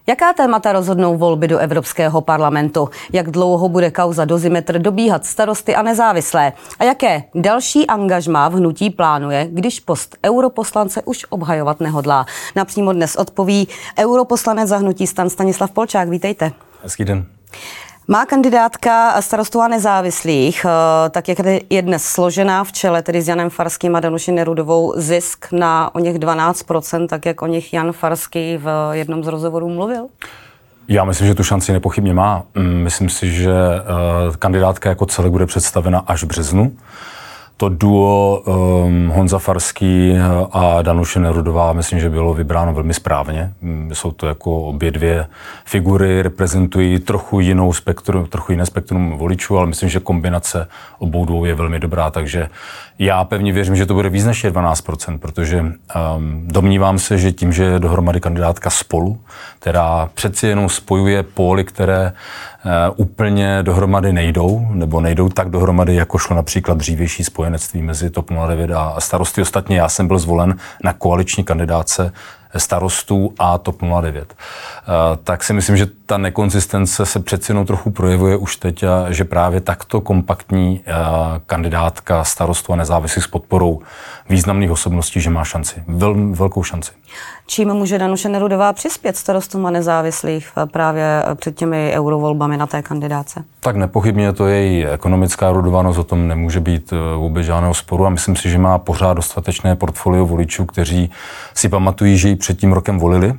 Jaká témata rozhodnou volby do Evropského parlamentu? Jak dlouho bude kauza Dozimetr dobíhat Starosty a nezávislé? A jaké další angažmá v hnutí plánuje, když post europoslance už obhajovat nehodlá? Napřímo dnes odpoví europoslanec za hnutí STAN Stanislav Polčák. Vítejte. Hezký den. Má kandidátka Starostů a nezávislých, tak jak je dnes složená v čele, tedy s Janem Farským a Danuší Nerudovou, zisk na o něch 12%, tak jak o nich Jan Farský v jednom z rozhovorů mluvil? Já myslím, že tu šanci nepochybně má. Myslím si, že kandidátka jako celek bude představena až v březnu. To duo Honza Farský a Danuše Nerudová, myslím, že bylo vybráno velmi správně. Jsou to jako obě dvě figury, reprezentují trochu jiné spektrum voličů, ale myslím, že kombinace obou dvou je velmi dobrá, takže já pevně věřím, že to bude víc než 12%, protože domnívám se, že tím, že je dohromady kandidátka Spolu, která přeci jenom spojuje póly, které úplně dohromady nejdou, nebo nejdou tak dohromady, jako šlo například dřívější spojenectví mezi TOP 09 a Starosty. Ostatně já jsem byl zvolen na koaliční kandidáce Starostů a TOP 09. Tak si myslím, že ta nekonzistence se přeci jenom trochu projevuje už teď a že právě takto kompaktní kandidátka Starostů a nezávislých s podporou významných osobností, že má šanci, velkou šanci. Čím může Danuše Nerudová přispět Starostům a nezávislých právě před těmi eurovolbami na té kandidáce? Tak nepochybně to je její ekonomická erudovanost, o tom nemůže být vůbec žádného sporu a myslím si, že má pořád dostatečné portfolio voličů, kteří si pamatují, že ji před tím rokem volili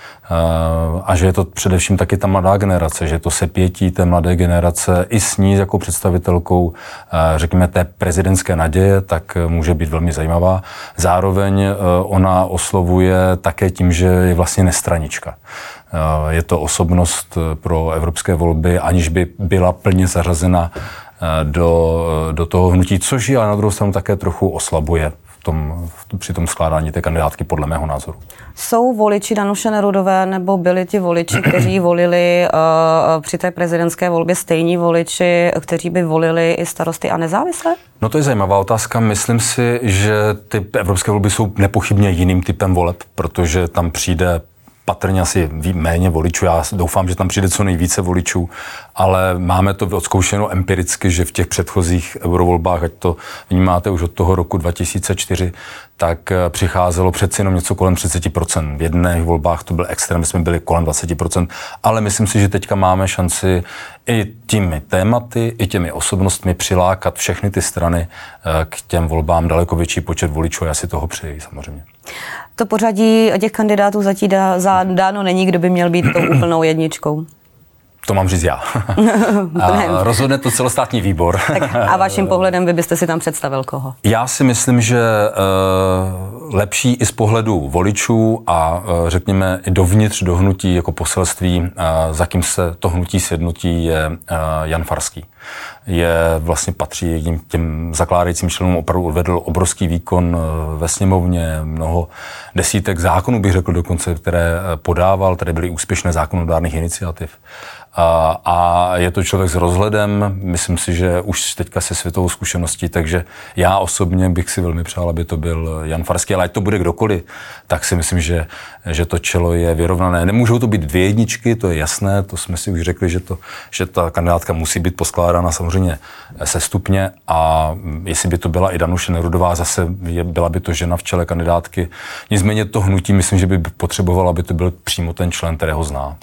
a že je to především taky ta mladá generace, že to sepětí té mladé generace i s ní jako představitelkou, řekněme, té prezidentské naděje, tak může být velmi zajímavá. Zároveň ona oslovuje také tím, že je vlastně nestranička. Je to osobnost pro evropské volby, aniž by byla plně zařazena do toho hnutí, což ji ale na druhou stranu také trochu oslabuje při tom skládání té kandidátky, podle mého názoru. Jsou voliči Danuše Nerudové nebo byli ti voliči, kteří volili při té prezidentské volbě stejní voliči, kteří by volili i Starosty a nezávislé? No to je zajímavá otázka. Myslím si, že ty evropské volby jsou nepochybně jiným typem voleb, protože tam přijde patrně asi méně voličů. Já doufám, že tam přijde co nejvíce voličů, ale máme to odzkoušeno empiricky, že v těch předchozích eurovolbách, ať to vnímáte už od toho roku 2004, tak přicházelo přeci jenom něco kolem 30%. V jedných volbách to byl extrém, my jsme byli kolem 20%, ale myslím si, že teďka máme šanci i těmi tématy, i těmi osobnostmi přilákat všechny ty strany k těm volbám daleko větší počet voličů a já si toho přeji samozřejmě. To pořadí těch kandidátů zatím dáno není, kdo by měl být tou úplnou jedničkou. To mám říct já. A rozhodne to celostátní výbor. Tak a vaším pohledem vy byste si tam představil koho? Já si myslím, že lepší i z pohledu voličů a řekněme i dovnitř do hnutí jako poselství, za kým se to hnutí sjednotí, je Jan Farský. Vlastně patří jedním těm zakládajícím členům, opravdu odvedl obrovský výkon ve sněmovně, mnoho desítek zákonů, bych řekl dokonce, které podával, tady byly úspěšné zákonodárných iniciativ. A je to člověk s rozhledem, myslím si, že už teďka se světovou zkušeností, takže já osobně bych si velmi přál, aby to byl Jan Farský, ale ať to bude kdokoliv, tak si myslím, že to čelo je vyrovnané. Nemůžou to být dvě jedničky, to je jasné, to jsme si už řekli, že ta kandidátka musí být poskládána samozřejmě sestupně a jestli by to byla i Danuše Nerudová, zase byla by to žena v čele kandidátky. Nicméně to hnutí, myslím, že by potřebovala, aby to byl přímo ten člen, kterého zná.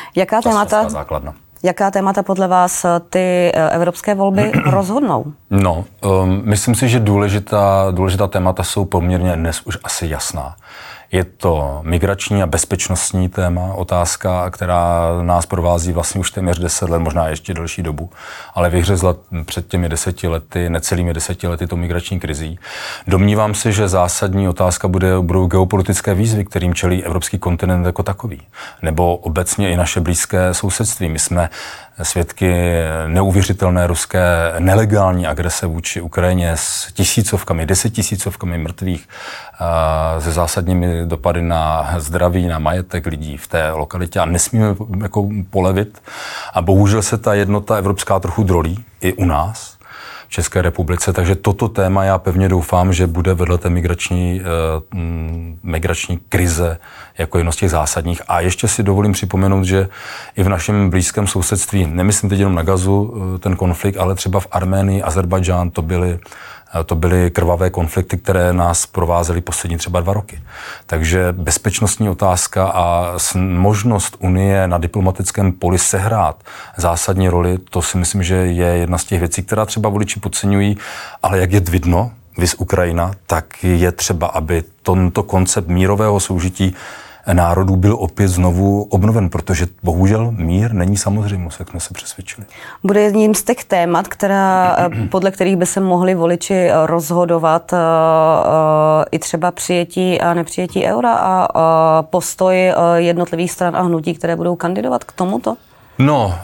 Jaká témata podle vás ty evropské volby rozhodnou? No, myslím si, že důležitá témata jsou poměrně dnes už asi jasná. Je to migrační a bezpečnostní téma, otázka, která nás provází vlastně už téměř 10 let, možná ještě delší dobu, ale vyhřezla před těmi 10 lety, necelými 10 lety to migrační krizí. Domnívám se, že zásadní otázka budou geopolitické výzvy, kterým čelí evropský kontinent jako takový, nebo obecně i naše blízké sousedství. My jsme svědky neuvěřitelné ruské nelegální agrese vůči Ukrajině s desetitisícovkami mrtvých, se zásadními dopady na zdraví, na majetek lidí v té lokalitě a nesmíme jako polevit. A bohužel se ta jednota evropská trochu drolí i u nás. České republice. Takže toto téma já pevně doufám, že bude vedle té migrační krize jako jedno z těch zásadních. A ještě si dovolím připomenout, že i v našem blízkém sousedství, nemyslím teď jenom na Gazu, ten konflikt, ale třeba v Arménii, Azerbajdžán, to byly krvavé konflikty, které nás provázely poslední třeba 2 roky. Takže bezpečnostní otázka a možnost Unie na diplomatickém poli sehrát zásadní roli, to si myslím, že je jedna z těch věcí, která třeba voliči podceňují, ale jak je vidno, viz Ukrajina, tak je třeba, aby tento koncept mírového soužití národů byl opět znovu obnoven, protože bohužel mír není samozřejmost, jak jsme se přesvědčili. Bude jedním z těch témat, podle kterých by se mohli voliči rozhodovat i třeba přijetí a nepřijetí eura a postoj jednotlivých stran a hnutí, které budou kandidovat k tomuto? No,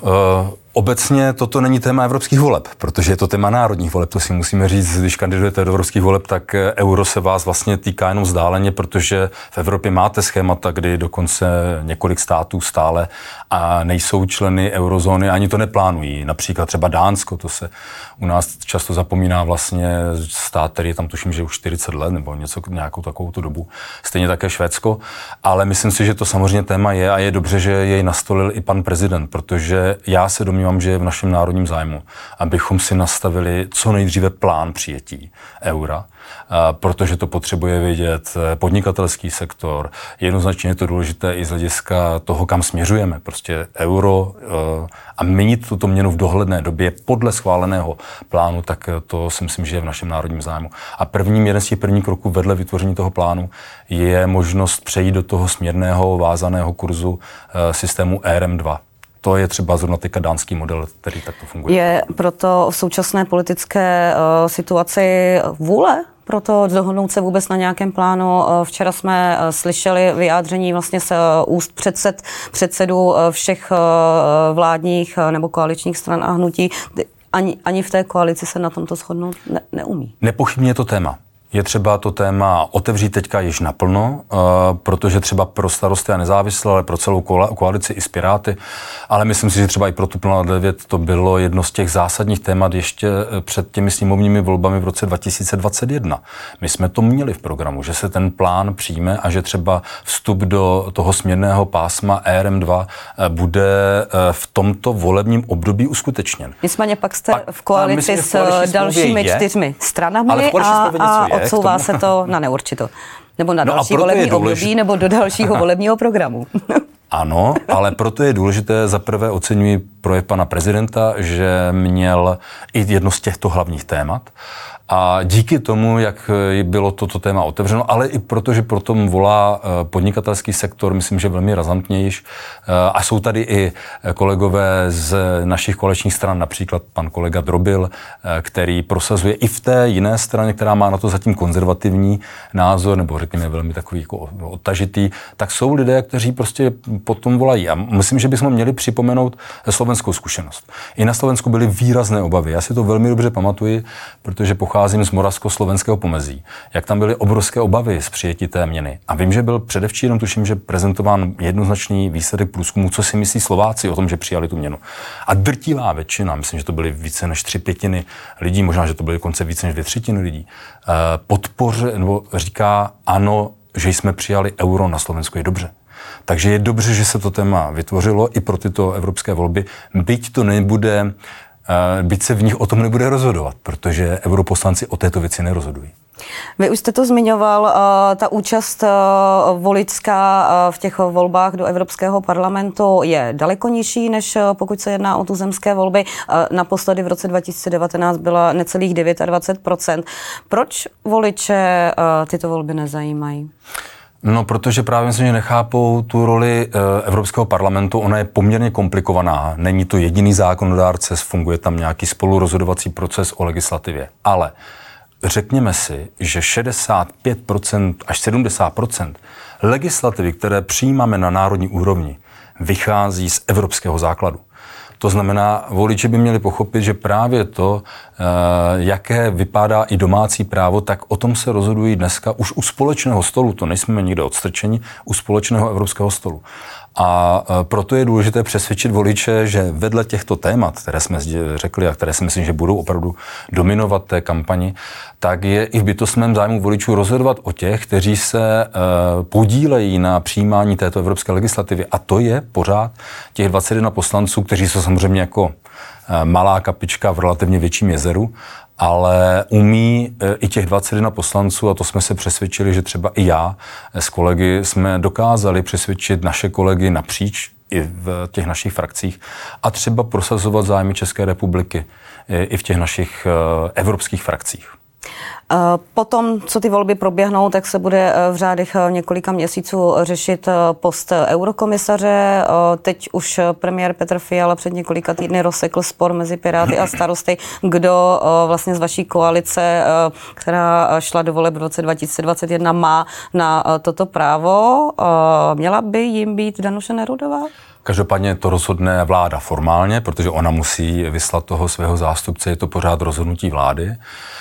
obecně toto není téma evropských voleb, protože je to téma národních voleb, to si musíme říct, když kandidujete do evropských voleb, tak euro se vás vlastně týká jenom vzdáleně, protože v Evropě máte schémata, kdy dokonce několik států stále a nejsou členy eurozóny, ani to neplánují. Například třeba Dánsko, to se u nás často zapomíná vlastně stát, který je tam tuším, že už 40 let nebo nějakou takovou tu dobu. Stejně také Švédsko, ale myslím si, že to samozřejmě téma je a je dobře, že jej nastolil i pan prezident, protože já se domnívám, že je v našem národním zájmu, abychom si nastavili co nejdříve plán přijetí eura, protože to potřebuje vědět podnikatelský sektor. Jednoznačně je to důležité i z hlediska toho, kam směřujeme. Prostě euro a měnit tuto měnu v dohledné době podle schváleného plánu, tak to si myslím, že je v našem národním zájmu. A jeden z těch prvních kroků vedle vytvoření toho plánu je možnost přejít do toho směrného vázaného kurzu systému ERM2. To je třeba zrovna teďka dánský model, který takto funguje. Je proto v současné politické situaci vůle proto dohodnout se vůbec na nějakém plánu? Včera jsme slyšeli vyjádření vlastně z úst předsedů všech vládních nebo koaličních stran a hnutí. Ani v té koalici se na tomto shodnout neumí. Nepochybně je to téma. Je třeba to téma otevřít teďka již naplno, protože třeba pro Starosty a nezávislé, ale pro celou koalici i s Piráty, ale myslím si, že třeba i pro TOP 09 to bylo jedno z těch zásadních témat ještě před těmi sněmovními volbami v roce 2021. My jsme to měli v programu, že se ten plán přijme a že třeba vstup do toho směrného pásma ERM2 bude v tomto volebním období uskutečněn. Nicméně pak jste v koalici s dalšími 4 stranami a odsouvá se to na neurčito. Nebo na další volební období, nebo do dalšího volebního programu. Ano, ale proto je důležité, za prvé oceňuji projev pana prezidenta, že měl i jedno z těchto hlavních témat. A díky tomu, jak bylo toto téma otevřeno, ale i protože potom volá podnikatelský sektor, myslím, že velmi razantně již. A jsou tady i kolegové z našich koaličních stran, například pan kolega Drobil, který prosazuje i v té jiné straně, která má na to zatím konzervativní názor, nebo řekněme velmi takový jako odtažitý, tak jsou lidé, kteří prostě potom volají. A myslím, že bychom měli připomenout slovenskou zkušenost. I na Slovensku byly výrazné obavy. Já si to velmi dobře pamatuji, protože pocházím z moravsko-slovenského pomezí, jak tam byly obrovské obavy z přijetí té měny. A vím, že byl předevčírem, tuším, že prezentován jednoznačný výsledek průzkumu, co si myslí Slováci o tom, že přijali tu měnu. A drtivá většina, myslím, že to byly více než 3/5 lidí, možná, že to byly dokonce více než 2/3 lidí, nebo říká ano, že jsme přijali euro na Slovensku, je dobře. Takže je dobře, že se to téma vytvořilo i pro tyto evropské volby, byť se v nich o tom nebude rozhodovat, protože europoslanci o této věci nerozhodují. Vy už jste to zmiňoval, ta účast voličská v těch volbách do Evropského parlamentu je daleko nižší, než pokud se jedná o tuzemské volby. Naposledy v roce 2019 byla necelých 29%. Proč voliče tyto volby nezajímají? No, protože právě myslím, že nechápou tu roli Evropského parlamentu. Ona je poměrně komplikovaná. Není to jediný zákonodárce, funguje tam nějaký spolurozhodovací proces o legislativě. Ale řekněme si, že 65% až 70% legislativy, které přijímáme na národní úrovni, vychází z evropského základu. To znamená, voliči by měli pochopit, že právě to, jaké vypadá i domácí právo, tak o tom se rozhodují dneska už u společného stolu, to nejsme nikde odstrčeni, u společného evropského stolu. A proto je důležité přesvědčit voliče, že vedle těchto témat, které jsme řekli a které si myslím, že budou opravdu dominovat té kampani, tak je i v bytostném zájmu voličů rozhodovat o těch, kteří se podílejí na přijímání této evropské legislativy. A to je pořád těch 21 poslanců, kteří jsou samozřejmě jako malá kapička v relativně větším jezeru, ale umí i těch 21 poslanců, a to jsme se přesvědčili, že třeba i já s kolegy jsme dokázali přesvědčit naše kolegy napříč i v těch našich frakcích a třeba prosazovat zájmy České republiky i v těch našich evropských frakcích. Potom, co ty volby proběhnou, tak se bude v řádech několika měsíců řešit post eurokomisaře. Teď už premiér Petr Fiala před několika týdny rozsekl spor mezi Piráty a Starosty, kdo vlastně z vaší koalice, která šla do voleb v roce 2021, má na toto právo. Měla by jim být Danuše Nerudová? Každopádně to rozhodne vláda formálně, protože ona musí vyslat toho svého zástupce, je to pořád rozhodnutí vlády.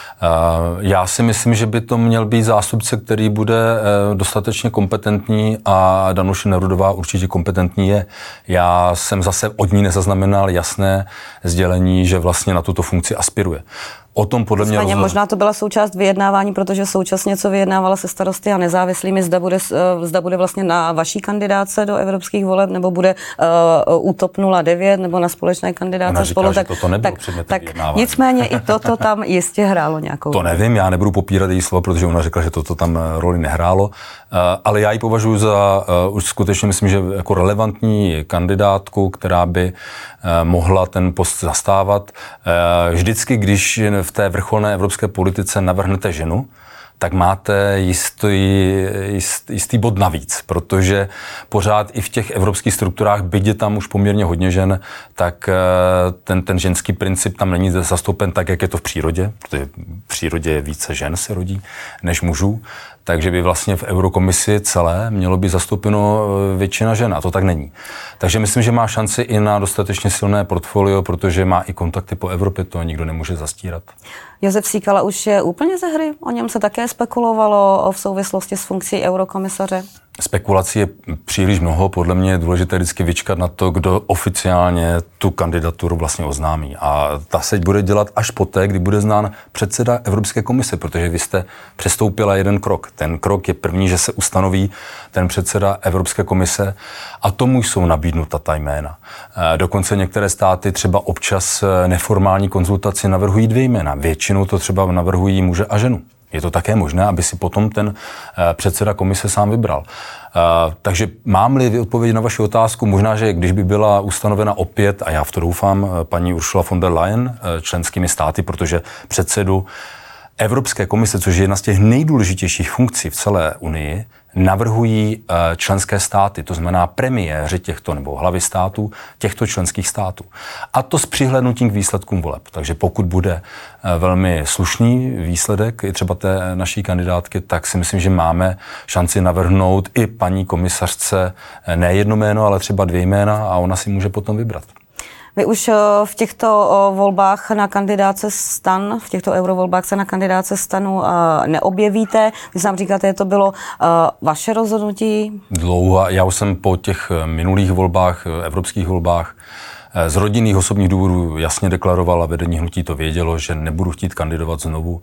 Já si myslím, že by to měl být zástupce, který bude dostatečně kompetentní a Danuše Nerudová určitě kompetentní je. Já jsem zase od ní nezaznamenal jasné sdělení, že vlastně na tuto funkci aspiruje. O tom podle mě možná to byla součást vyjednávání, protože současně co vyjednávala se Starosty a nezávislými, zda bude vlastně na vaší kandidáce do evropských voleb, nebo bude u TOP 09, nebo na společné kandidáce ona říká, spolu. Tak, toto nebylo předmětem vyjednávání. Nicméně i toto tam jistě hrálo nějakou. To nevím, já nebudu popírat její slova, protože ona řekla, že toto tam roli nehrálo, ale já ji považuji za, už skutečně myslím, že jako relevantní kandidátku, která by mohla ten post zastávat. Vždycky, když v té vrcholné evropské politice navrhnete ženu, tak máte jistý bod navíc, protože pořád i v těch evropských strukturách, byť je tam už poměrně hodně žen, tak ten ženský princip tam není zastoupen tak, jak je to v přírodě, protože v přírodě více žen se rodí než mužů, takže by vlastně v Eurokomisi celé mělo být zastoupeno většina žen a to tak není. Takže myslím, že má šanci i na dostatečně silné portfolio, protože má i kontakty po Evropě, to nikdo nemůže zastírat. Josef Síkela už je úplně ze hry? O něm se také spekulovalo v souvislosti s funkcí eurokomisaře? Spekulací je příliš mnoho, podle mě je důležité vždycky vyčkat na to, kdo oficiálně tu kandidaturu vlastně oznámí. A ta se bude dělat až poté, kdy bude znán předseda Evropské komise, protože vy jste přestoupila jeden krok. Ten krok je první, že se ustanoví ten předseda Evropské komise a tomu jsou nabídnuta ta jména. Dokonce některé státy třeba občas neformální konzultaci navrhují 2 jména. Většinou to třeba navrhují muže a ženu. Je to také možné, aby si potom ten předseda komise sám vybral. Takže mám-li odpověď na vaši otázku, možná, že když by byla ustanovena opět, a já v to doufám, paní Ursula von der Leyen členskými státy, protože předsedu Evropské komise, což je jedna z těch nejdůležitějších funkcí v celé Unii, navrhují členské státy, to znamená premiéři těchto nebo hlavy států těchto členských států. A to s přihlédnutím k výsledkům voleb. Takže pokud bude velmi slušný výsledek i třeba té naší kandidátky, tak si myslím, že máme šanci navrhnout i paní komisařce ne jedno jméno, ale třeba 2 jména a ona si může potom vybrat. Vy už v těchto volbách na kandidáce STAN, v těchto eurovolbách se na kandidáce STANu neobjevíte. Vy sám říkáte, že to bylo vaše rozhodnutí? Dlouho. Já už jsem po těch minulých volbách, evropských volbách, z rodinných osobních důvodů jasně deklaroval a vedení hnutí to vědělo, že nebudu chtít kandidovat znovu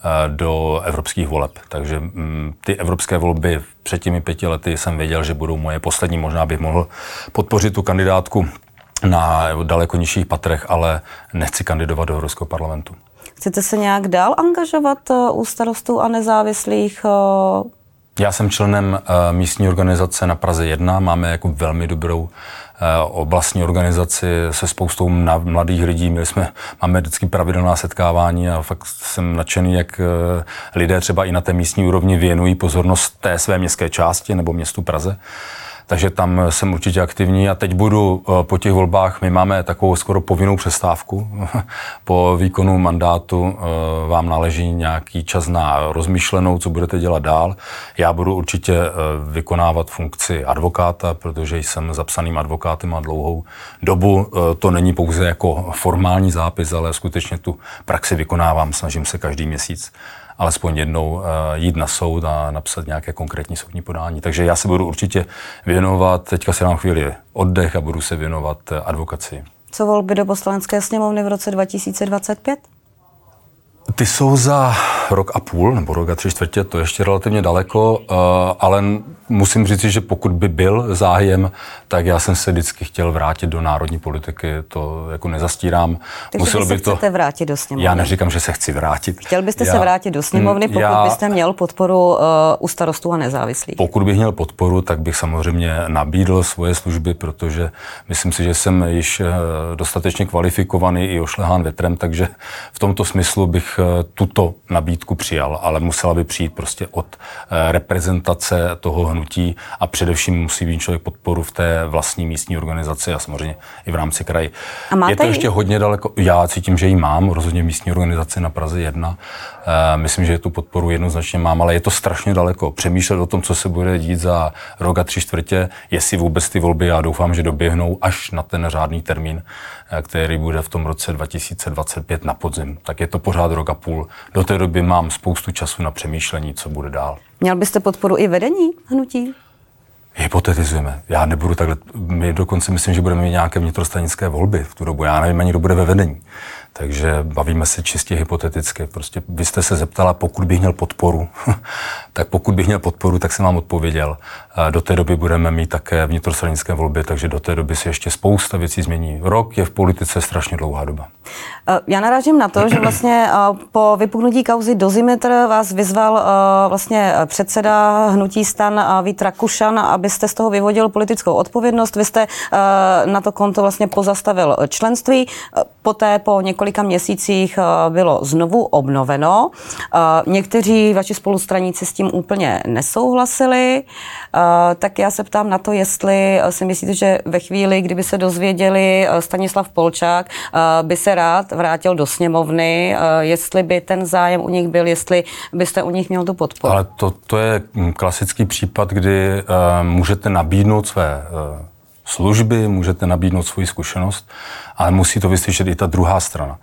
do evropských voleb. Takže ty evropské volby před těmi 5 lety jsem věděl, že budou moje poslední. Možná bych mohl podpořit tu kandidátku na daleko nižších patrech, ale nechci kandidovat do Evropského parlamentu. Chcete se nějak dál angažovat u Starostů a nezávislých? Já jsem členem místní organizace na Praze 1. Máme jako velmi dobrou oblastní organizaci se spoustou mladých lidí. Máme vždycky pravidelná setkávání a fakt jsem nadšený, jak lidé třeba i na té místní úrovni věnují pozornost té své městské části nebo městu Praze. Takže tam jsem určitě aktivní a teď budu po těch volbách, my máme takovou skoro povinnou přestávku. Po výkonu mandátu vám náleží nějaký čas na rozmyšlenou, co budete dělat dál. Já budu určitě vykonávat funkci advokáta, protože jsem zapsaným advokátem a dlouhou dobu. To není pouze jako formální zápis, ale skutečně tu praxi vykonávám, snažím se každý měsíc. alespoň jednou jít na soud a napsat nějaké konkrétní soudní podání. Takže já se budu určitě věnovat, teďka si dám chvíli oddech a budu se věnovat advokaci. Co volby do Poslanecké sněmovny v roce 2025? Ty jsou za rok a půl, nebo rok a 3/4, to ještě relativně daleko, ale musím říct, že pokud by byl zájem, tak já jsem se vždycky chtěl vrátit do národní politiky, to jako nezastírám. Takže vy se chcete vrátit do sněmovny? Já neříkám, že se chci vrátit. Chtěl byste se vrátit do sněmovny, pokud byste měl podporu u Starostů a nezávislých? Pokud bych měl podporu, tak bych samozřejmě nabídl svoje služby, protože myslím si, že jsem již dostatečně kvalifikovaný i ošlehán větrem, takže v tomto smyslu bych tuto nabídku přijal, ale musela by přijít prostě od reprezentace toho hnutí a především musí být člověk podporu v té vlastní místní organizaci a samozřejmě i v rámci kraje. Je to ještě hodně daleko. Já cítím, že ji mám, rozhodně místní organizaci na Praze 1. Myslím, že tu podporu jednoznačně mám, ale je to strašně daleko. Přemýšlet o tom, co se bude dít za rok a 3/4, jestli vůbec ty volby, já doufám, že doběhnou až na ten řádný termín, který bude v tom roce 2025 na podzim. Tak je to pořád rok a půl. Do té doby mám spoustu času na přemýšlení, co bude dál. Měl byste podporu i vedení hnutí? Hypotetizujeme. Já nebudu takhle, my dokonce myslím, že budeme mít nějaké vnitrostranické volby v tu dobu. Já nevím ani, kdo bude ve vedení. Takže bavíme se čistě hypoteticky. Prostě vy jste se zeptala, pokud bych měl podporu, tak pokud bych měl podporu, tak jsem vám odpověděl. Do té doby budeme mít také vnitrostranické volby, takže do té doby se ještě spousta věcí změní. Rok je v politice strašně dlouhá doba. Já narážím na to, že vlastně po vypuknutí kauzy Dozimetr vás vyzval vlastně předseda hnutí STAN Vít Rakušan, abyste z toho vyvodil politickou odpovědnost. Vy jste na to konto vlastně pozastavil členství. Poté po několika měsících bylo znovu obnoveno. Někteří vaši spolustraníci s tím úplně nesouhlasili. Tak já se ptám na to, jestli si myslíte, že ve chvíli, kdyby se dozvěděli Stanislav Polčák, by se rád vrátil do sněmovny, jestli by ten zájem u nich byl, jestli byste u nich měl tu podporu. Ale to je klasický případ, kdy můžete nabídnout své služby, můžete nabídnout svoji zkušenost, ale musí to vyslyšet i ta druhá strana.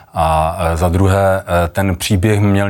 A za druhé, ten příběh měl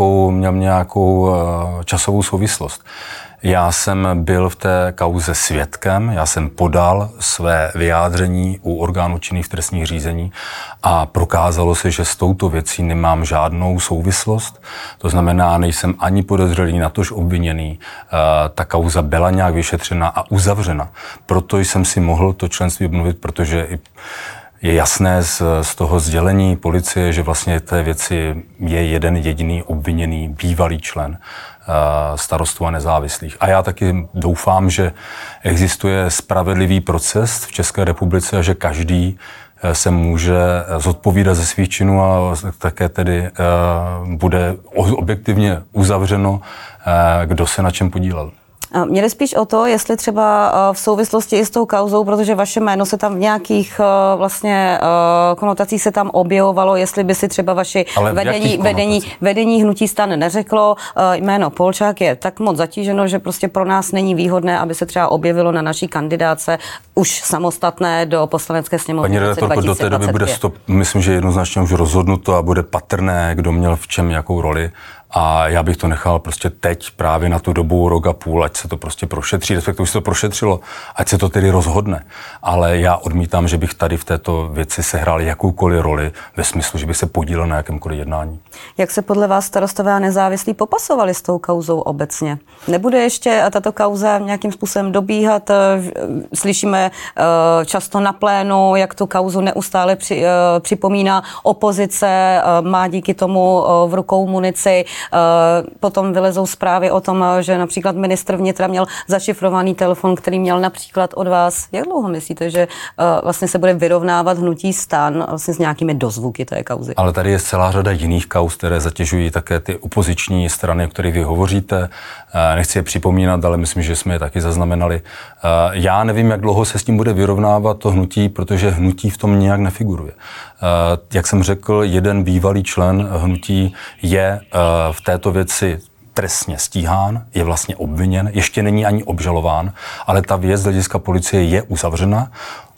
nějakou časovou souvislost. Já jsem byl v té kauze svědkem, já jsem podal své vyjádření u orgánů činných v trestních řízení a prokázalo se, že s touto věcí nemám žádnou souvislost. To znamená, nejsem ani podezřelý, natož obviněný. Ta kauza byla nějak vyšetřena a uzavřena. Proto jsem si mohl to členství obnovit, protože je jasné z toho sdělení policie, že vlastně té věci je jeden jediný obviněný bývalý člen Starostů a nezávislých. A já taky doufám, že existuje spravedlivý proces v České republice a že každý se může zodpovídat ze svých činů a také tedy bude objektivně uzavřeno, kdo se na čem podílel. Mě jde spíš o to, jestli třeba v souvislosti i s tou kauzou, protože vaše jméno se tam v nějakých vlastně konotacích se tam objevovalo, jestli by si třeba vaši vedení hnutí STAN neřeklo, jméno Polčák je tak moc zatíženo, že prostě pro nás není výhodné, aby se třeba objevilo na naší kandidáce už samostatné do Poslanecké sněmovny. Paní redaktorko, do té doby bude myslím, že jednoznačně už rozhodnuto a bude patrné, kdo měl v čem jakou roli. A já bych to nechal prostě teď právě na tu dobu rok a půl, ať se to prostě prošetří, respektive už se to prošetřilo, ať se to tedy rozhodne. Ale já odmítám, že bych tady v této věci sehrál jakoukoliv roli ve smyslu, že bych se podílel na jakémkoliv jednání. Jak se podle vás Starostové a nezávislí popasovali s tou kauzou obecně? Nebude ještě tato kauza nějakým způsobem dobíhat? Slyšíme často na plénu, jak tu kauzu neustále připomíná opozice, má díky tomu v rukou munici. Potom vylezou zprávy o tom, že například ministr vnitra měl zašifrovaný telefon, který měl například od vás. Jak dlouho myslíte, že vlastně se bude vyrovnávat hnutí STAN vlastně s nějakými dozvuky té kauzy? Ale tady je celá řada jiných kauz, které zatěžují také ty opoziční strany, o kterých vy hovoříte. Nechci je připomínat, ale myslím, že jsme je taky zaznamenali. Já nevím, jak dlouho se s tím bude vyrovnávat to hnutí, protože hnutí v tom nijak nefiguruje. Jak jsem řekl, jeden bývalý člen hnutí je v této věci trestně stíhán, je vlastně obviněn, ještě není ani obžalován, ale ta věc z hlediska policie je uzavřena.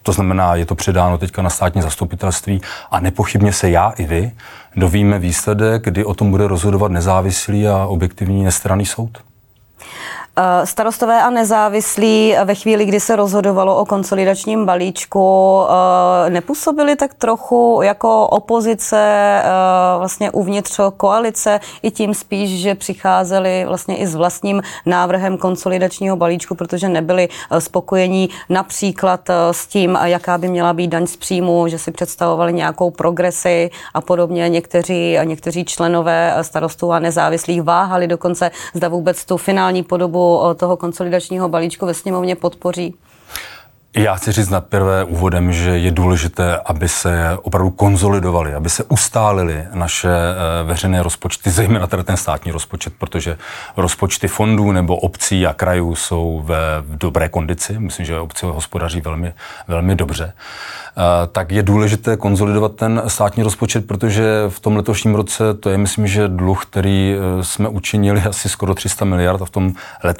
To znamená, je to předáno teďka na státní zastupitelství a nepochybně se já i vy dovíme výsledek, kdy o tom bude rozhodovat nezávislý a objektivní nestranný soud. Starostové a nezávislí ve chvíli, kdy se rozhodovalo o konsolidačním balíčku, nepůsobili tak trochu jako opozice vlastně uvnitř koalice, i tím spíš, že přicházeli vlastně i s vlastním návrhem konsolidačního balíčku, protože nebyli spokojení například s tím, jaká by měla být daň z příjmu, že si představovali nějakou progresi a podobně. Někteří členové Starostů a nezávislých váhali dokonce, zda vůbec tu finální podobu toho konsolidačního balíčku ve sněmovně podpoří? Já chci říct najprve úvodem, že je důležité, aby se opravdu konzolidovaly, aby se ustálily naše veřejné rozpočty, zejména teda ten státní rozpočet, protože rozpočty fondů nebo obcí a krajů jsou v dobré kondici. Myslím, že obce hospodaří velmi, velmi dobře. Tak je důležité konzolidovat ten státní rozpočet, protože v tom letošním roce to je, myslím, že dluh, který jsme učinili asi skoro 300 miliard a v tom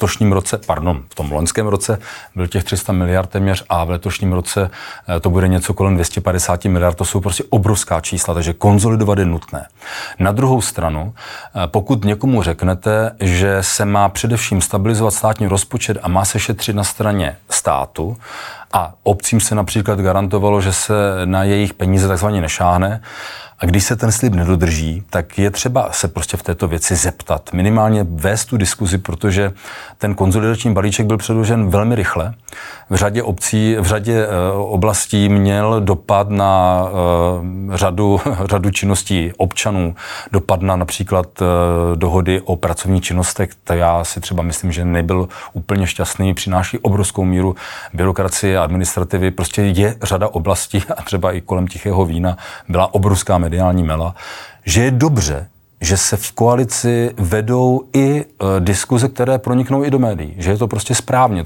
loňském roce byl těch 300 miliard téměř a v letošním roce to bude něco kolem 250 miliard. To jsou prostě obrovská čísla, takže konzolidovat je nutné. Na druhou stranu, pokud někomu řeknete, že se má především stabilizovat státní rozpočet a má se šetřit na straně státu, a obcím se například garantovalo, že se na jejich peníze takzvaně nešáhne. A když se ten slib nedodrží, tak je třeba se prostě v této věci zeptat. Minimálně vést tu diskuzi, protože ten konsolidační balíček byl předložen velmi rychle. V řadě obcí, v řadě oblastí měl dopad na řadu činností občanů, dopad na například dohody o pracovních činnostech. Tak já si třeba myslím, že nebyl úplně šťastný, přináší obrovskou míru byrokracie a administrativy. Prostě je řada oblastí a třeba i kolem Tichého vína byla obrovská mediální mela, že je dobře, že se v koalici vedou i diskuze, které proniknou i do médií. Že je to prostě správně.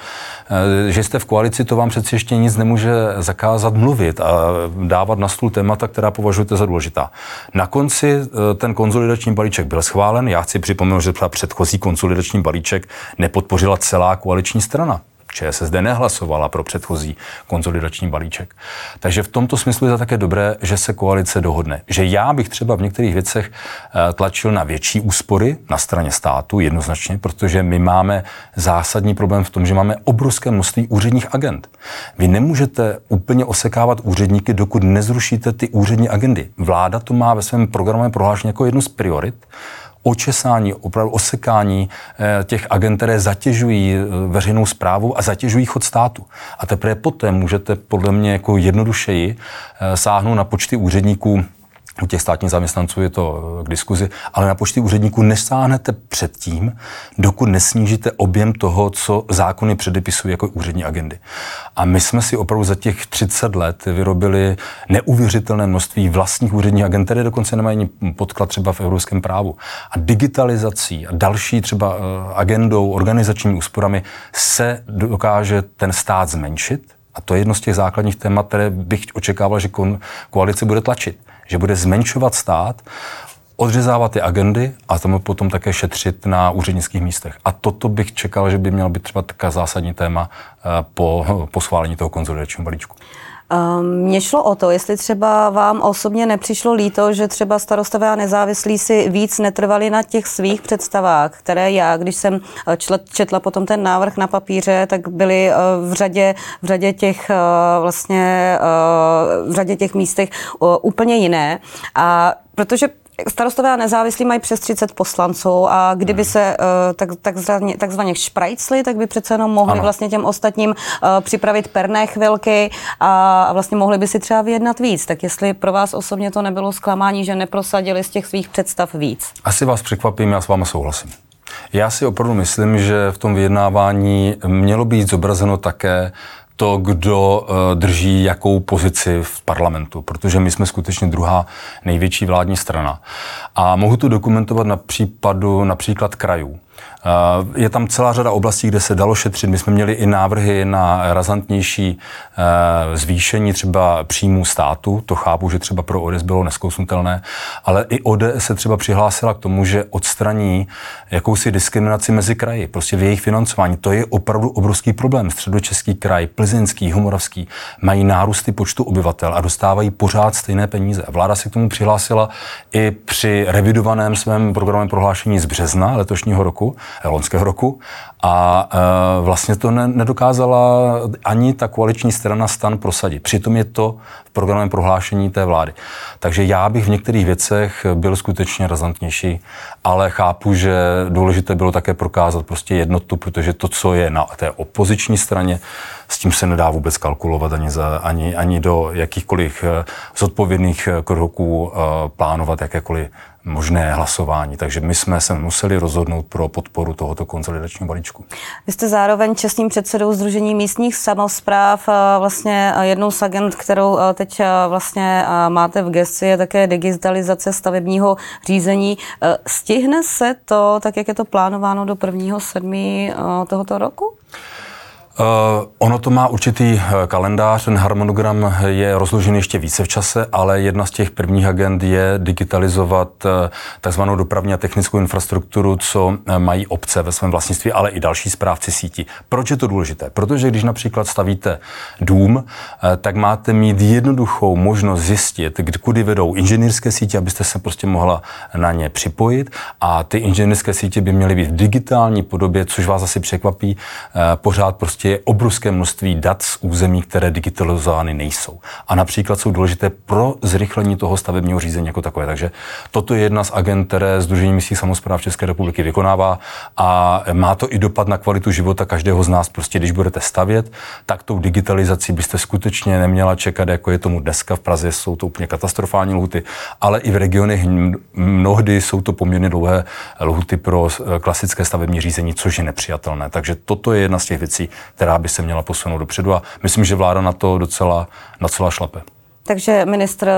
Že jste v koalici, to vám přeci ještě nic nemůže zakázat mluvit a dávat na stůl témata, která považujete za důležitá. Na konci ten konsolidační balíček byl schválen. Já chci připomenout, že předchozí konsolidační balíček nepodpořila celá koaliční strana. ČSSD nehlasovala pro předchozí konsolidační balíček. Takže v tomto smyslu je to také dobré, že se koalice dohodne. Že já bych třeba v některých věcech tlačil na větší úspory na straně státu, jednoznačně, protože my máme zásadní problém v tom, že máme obrovské množství úředních agend. Vy nemůžete úplně osekávat úředníky, dokud nezrušíte ty úřední agendy. Vláda to má ve svém programovém prohlášení jako jednu z priorit, očesání, opravdu osekání těch agend, které zatěžují veřejnou správu a zatěžují chod státu. A teprve poté můžete podle mě jako jednodušeji sáhnout na počty úředníků. U těch státních zaměstnanců je to k diskuzi, ale na počty úředníků nesáhnete předtím, dokud nesnížíte objem toho, co zákony předepisují jako úřední agendy. A my jsme si opravdu za těch 30 let vyrobili neuvěřitelné množství vlastních úředních agend, které dokonce nemají ani podklad třeba v evropském právu. A digitalizací a další třeba agendou, organizačními úsporami se dokáže ten stát zmenšit. A to je jedno z těch základních témat, které bych očekával, že koalice bude tlačit. Že bude zmenšovat stát, odřezávat ty agendy a tomu potom také šetřit na úřednických místech. A toto bych čekal, že by mělo být třeba také zásadní téma po schválení toho konsolidačního balíčku. Mně šlo o to, jestli třeba vám osobně nepřišlo líto, že třeba Starostové a nezávislí si víc netrvali na těch svých představách, které já, když jsem četla potom ten návrh na papíře, tak byly v řadě těch místech úplně jiné. A protože Starostové a nezávislí mají přes 30 poslanců a kdyby se takzvaně šprajcli, tak by přece jenom mohli vlastně těm ostatním připravit perné chvilky a vlastně mohli by si třeba vyjednat víc. Tak jestli pro vás osobně to nebylo zklamání, že neprosadili z těch svých představ víc? Asi vás překvapím, já s váma souhlasím. Já si opravdu myslím, že v tom vyjednávání mělo být zobrazeno také to, kdo drží jakou pozici v parlamentu, protože my jsme skutečně druhá největší vládní strana. A mohu to dokumentovat na příklad krajů. Je tam celá řada oblastí, kde se dalo šetřit. My jsme měli i návrhy na razantnější zvýšení třeba příjmů státu. To chápu, že třeba pro ODS bylo neskousnutelné, ale i ODS se třeba přihlásila k tomu, že odstraní jakousi diskriminaci mezi kraji, prostě v jejich financování. To je opravdu obrovský problém. Středočeský kraj, Plzeňský, Jihomoravský mají nárůsty počtu obyvatel a dostávají pořád stejné peníze. Vláda se k tomu přihlásila i při revidovaném svém programovém prohlášení z března letošního roku, loňského roku, a vlastně to nedokázala ani ta koaliční strana STAN prosadit. Přitom je to v programovém prohlášení té vlády. Takže já bych v některých věcech byl skutečně razantnější, ale chápu, že důležité bylo také prokázat prostě jednotu, protože to, co je na té opoziční straně, s tím se nedá vůbec kalkulovat ani do jakýchkoliv zodpovědných kroků plánovat jakékoliv možné hlasování. Takže my jsme se museli rozhodnout pro podporu tohoto konsolidačního balíčku. Vy jste zároveň čestným předsedou Sdružení místních samospráv. Vlastně jednou z agend, kterou teď vlastně máte v gesci, je také digitalizace stavebního řízení. Stihne se to, tak jak je to plánováno, do 1.7. tohoto roku? Ono to má určitý kalendář, ten harmonogram je rozložený ještě více v čase, ale jedna z těch prvních agend je digitalizovat takzvanou dopravní a technickou infrastrukturu, co mají obce ve svém vlastnictví, ale i další správci sítí. Proč je to důležité? Protože když například stavíte dům, tak máte mít jednoduchou možnost zjistit, kudy vedou inženýrské sítě, abyste se prostě mohla na ně připojit, a ty inženýrské sítě by měly být v digitální podobě, což vás asi překvapí, pořád prostě je obrovské množství dat z území, které digitalizovány nejsou. A například jsou důležité pro zrychlení toho stavebního řízení jako takové. Takže toto je jedna z agend, které Sdružení místních samospráv České republiky vykonává, a má to i dopad na kvalitu života každého z nás. Prostě když budete stavět, tak tou digitalizací byste skutečně neměla čekat, jako je tomu dneska. V Praze jsou to úplně katastrofální lhuty, ale i v regionech mnohdy jsou to poměrně dlouhé lhuty pro klasické stavební řízení, což je nepřijatelné. Takže toto je jedna z těch věcí, která by se měla posunout dopředu, a myslím, že vláda na to docela šlape. Takže ministr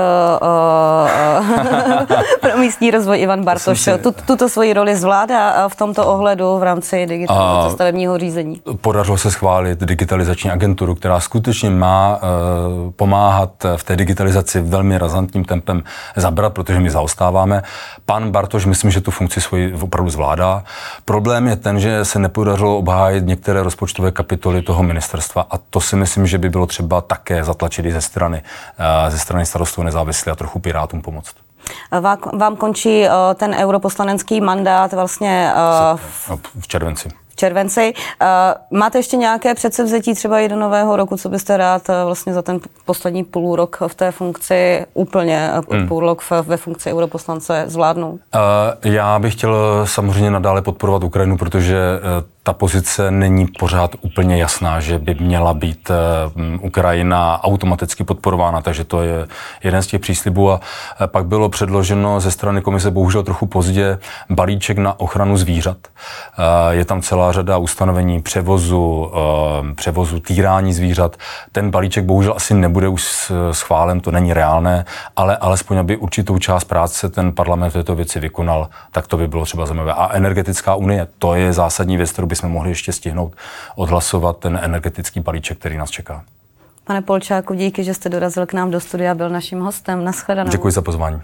pro místní rozvoj Ivan Bartoš tuto svoji roli zvládá v tomto ohledu v rámci digitalizace stavebního řízení. Podařilo se schválit digitalizační agenturu, která skutečně má pomáhat v té digitalizaci velmi razantním tempem zabrat, protože my zaostáváme. Pan Bartoš, myslím, že tu funkci svoji opravdu zvládá. Problém je ten, že se nepodařilo obhájit některé rozpočtové kapitoly toho ministerstva, a to si myslím, že by bylo třeba také zatlačit i ze strany Starostů nezávislých a trochu Pirátům pomoct. Vám končí ten europoslanecký mandát vlastně v červenci. V červenci. Máte ještě nějaké předsevzetí třeba i do nového roku, co byste rád vlastně za ten poslední půlrok v té funkci, úplně půlrok ve funkci europoslance zvládnout? Já bych chtěl samozřejmě nadále podporovat Ukrajinu, protože ta pozice není pořád úplně jasná, že by měla být Ukrajina automaticky podporována, takže to je jeden z těch příslibů. A pak bylo předloženo ze strany komise bohužel trochu pozdě balíček na ochranu zvířat. Je tam celá řada ustanovení převozu, týrání zvířat. Ten balíček bohužel asi nebude už schválen, to není reálné, ale alespoň, aby určitou část práce ten parlament v této věci vykonal, tak to by bylo třeba zajímavé. A energetická unie, to je zásadní věc, kterou bychom mohli ještě stihnout odhlasovat, ten energetický balíček, který nás čeká. Pane Polčáku, díky, že jste dorazil k nám do studia a byl naším hostem. Nashledanou. Děkuji za pozvání.